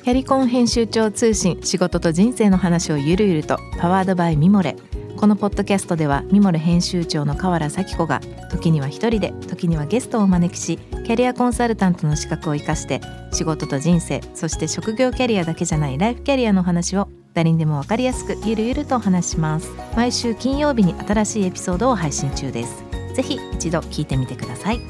キャリコン編集長通信、仕事と人生の話をゆるゆると、パワードバイミモレ。このポッドキャストではミモレ編集長の河原咲子が時には一人で、時にはゲストをお招きし、キャリアコンサルタントの資格を生かして仕事と人生、そして職業キャリアだけじゃないライフキャリアの話を誰にでも分かりやすくゆるゆるとお話します。毎週金曜日に新しいエピソードを配信中です。ぜひ一度聞いてみてください。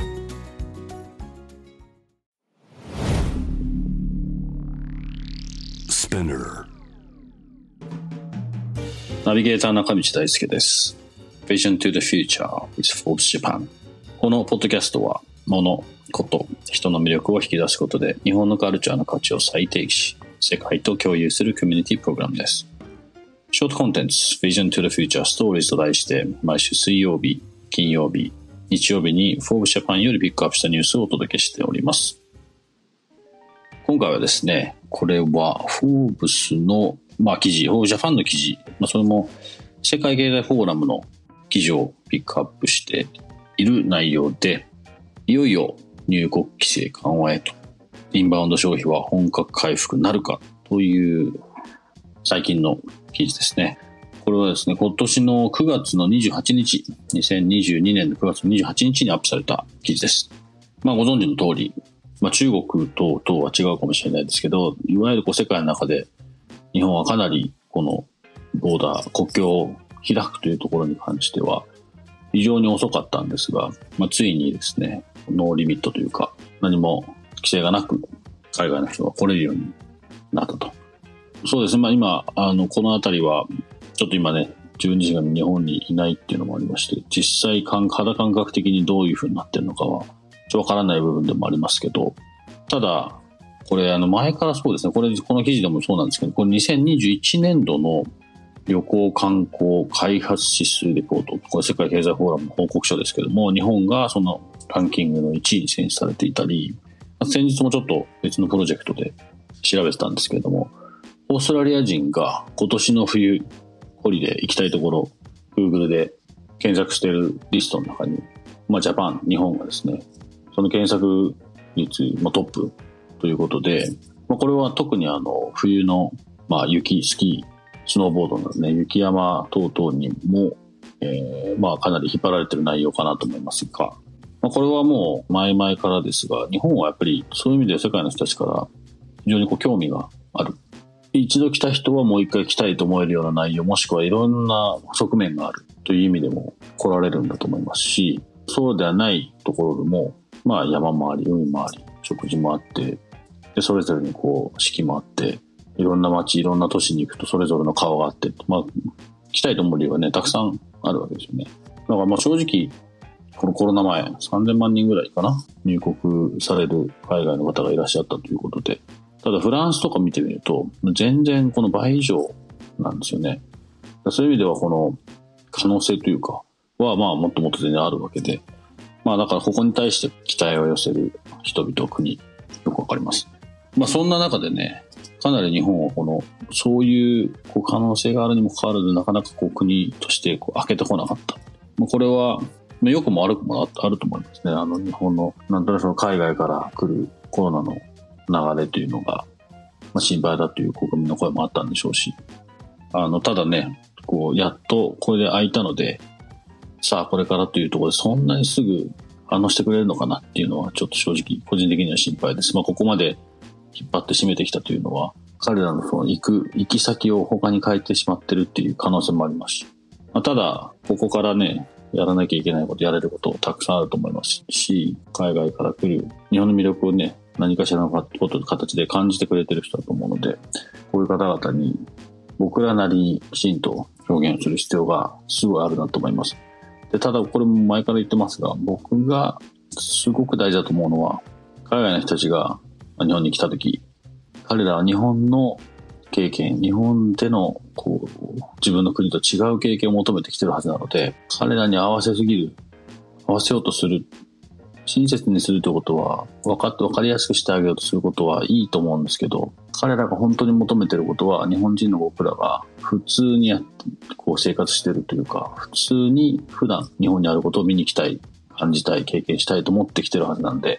ナビゲーター中道大輔です。 Vision to the Future is Forbes Japan。 このポッドキャストは物、こと、人の魅力を引き出すことで日本のカルチャーの価値を再定義し、世界と共有するコミュニティプログラムです。ショートコンテンツ Vision to the Future Stories と題して毎週水曜日、金曜日、日曜日に Forbes Japan よりピックアップしたニュースをお届けしております。今回はですね、これは Forbes の記事、Forbes Japan の記事、それも世界経済フォーラムの記事をピックアップしている内容で、いよいよ入国規制緩和へと、インバウンド消費は本格回復なるかという最近の記事ですね。これはですね、今年の9月の28日、2022年の9月の28日にアップされた記事です。ご存知の通り、中国とは違うかもしれないですけど、いわゆる世界の中で日本はかなりこのボーダー、国境を開くというところに関しては非常に遅かったんですが、ついにですね、ノーリミットというか何も規制がなく海外の人が来れるようになったと。そうですね、今このあたりはちょっと今ね、12時間日本にいないっていうのもありまして、実際肌感覚的にどういう風になってるのかはわからない部分でもありますけど、ただこれ前からそうですね、この記事でもそうなんですけど、これ2021年度の旅行観光開発指数レポート、これ世界経済フォーラムの報告書ですけども、日本がそのランキングの1位に選出されていたり、先日もちょっと別のプロジェクトで調べてたんですけれども、オーストラリア人が今年の冬ホリデー行きたいところ Google で検索しているリストの中に、ジャパン、日本がですね、その検索率もトップということで、これは特に冬の、雪、スキー、スノーボードのね、雪山等々にも、かなり引っ張られている内容かなと思いますが、これはもう前々からですが、日本はやっぱりそういう意味で世界の人たちから非常に興味がある。一度来た人はもう一回来たいと思えるような内容、もしくはいろんな側面があるという意味でも来られるんだと思いますし、そうではないところでも、山もあり、海もあり、食事もあって、でそれぞれに四季もあって、いろんな街、いろんな都市に行くとそれぞれの顔があって、来たいと思う理由はね、たくさんあるわけですよね。だから正直、このコロナ前、3000万人ぐらいかな、入国される海外の方がいらっしゃったということで、ただフランスとか見てみると、全然この倍以上なんですよね。そういう意味ではこの可能性というかは、もっともっと全然あるわけで、だからここに対して期待を寄せる人々、国、よくわかります。そんな中でね、かなり日本はそういう可能性があるにもかかわらず、なかなか国として開けてこなかった。これは良くも悪くもあると思いますね。日本のなんとなく海外から来るコロナの流れというのが、心配だという国民の声もあったんでしょうし、ただね、やっとこれで開いたので、さあこれからというところでそんなにすぐ反応してくれるのかなっていうのはちょっと正直個人的には心配です。ここまで引っ張って締めてきたというのは、彼らの行き先を他に変えてしまってるっていう可能性もありますし、ただここからね、やらなきゃいけないこと、やれることたくさんあると思いますし、海外から来る日本の魅力をね、何かしらの形で感じてくれてる人だと思うので、こういう方々に僕らなりにきちんと表現をする必要がすごいあるなと思います。で、ただこれも前から言ってますが、僕がすごく大事だと思うのは、海外の人たちが日本に来た時、彼らは日本の経験、日本での自分の国と違う経験を求めてきてるはずなので、彼らに合わせようとする、親切にするということは、分かりやすくしてあげようとすることはいいと思うんですけど、彼らが本当に求めてることは、日本人の僕らが普通に生活してるというか、普通に普段日本にあることを見に来たい、感じたい、経験したいと思ってきてるはずなんで、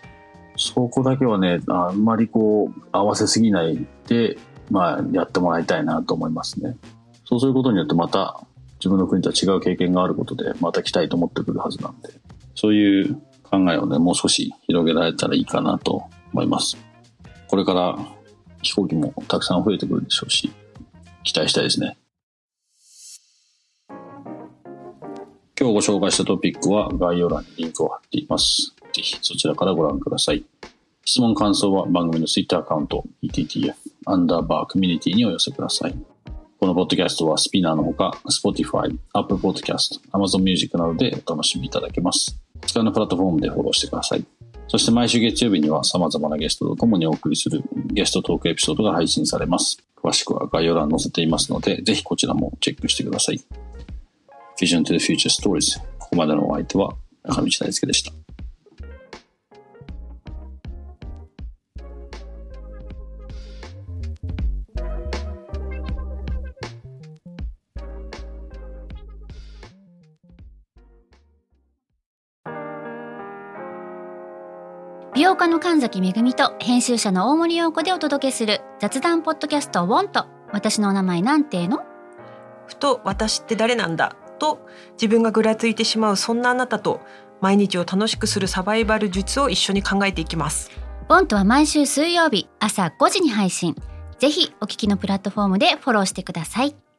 そこだけはね、あんまりこう合わせすぎないで、やってもらいたいなと思いますね。そうすることによってまた自分の国とは違う経験があることでまた来たいと思ってくるはずなんで、そういう考えをね、もう少し広げられたらいいかなと思います。これから飛行機もたくさん増えてくるでしょうし、期待したいですね。今日ご紹介したトピックは概要欄にリンクを貼っています。ぜひそちらからご覧ください。質問感想は番組の Twitter アカウント ETTF_community にお寄せください。このポッドキャストはスピナーのほか Spotify、Apple Podcast、Amazon Music などでお楽しみいただけます。使うのプラットフォームでフォローしてください。そして毎週月曜日には様々なゲストと共にお送りするゲストトークエピソードが配信されます。詳しくは概要欄に載せていますので、ぜひこちらもチェックしてください。Vision to the Future Stories。ここまでのお相手は中道大輔でした。 美容家の神崎めぐみと編集者の大森洋子でお届けする雑談ポッドキャストウォンと私のお名前なんていうの？ ふと私って誰なんだと自分がぐらついてしまうそんなあなたと毎日を楽しくするサバイバル術を一緒に考えていきます。 ウォンとは毎週水曜日朝5時に配信。ぜひお聞きのプラットフォームでフォローしてください。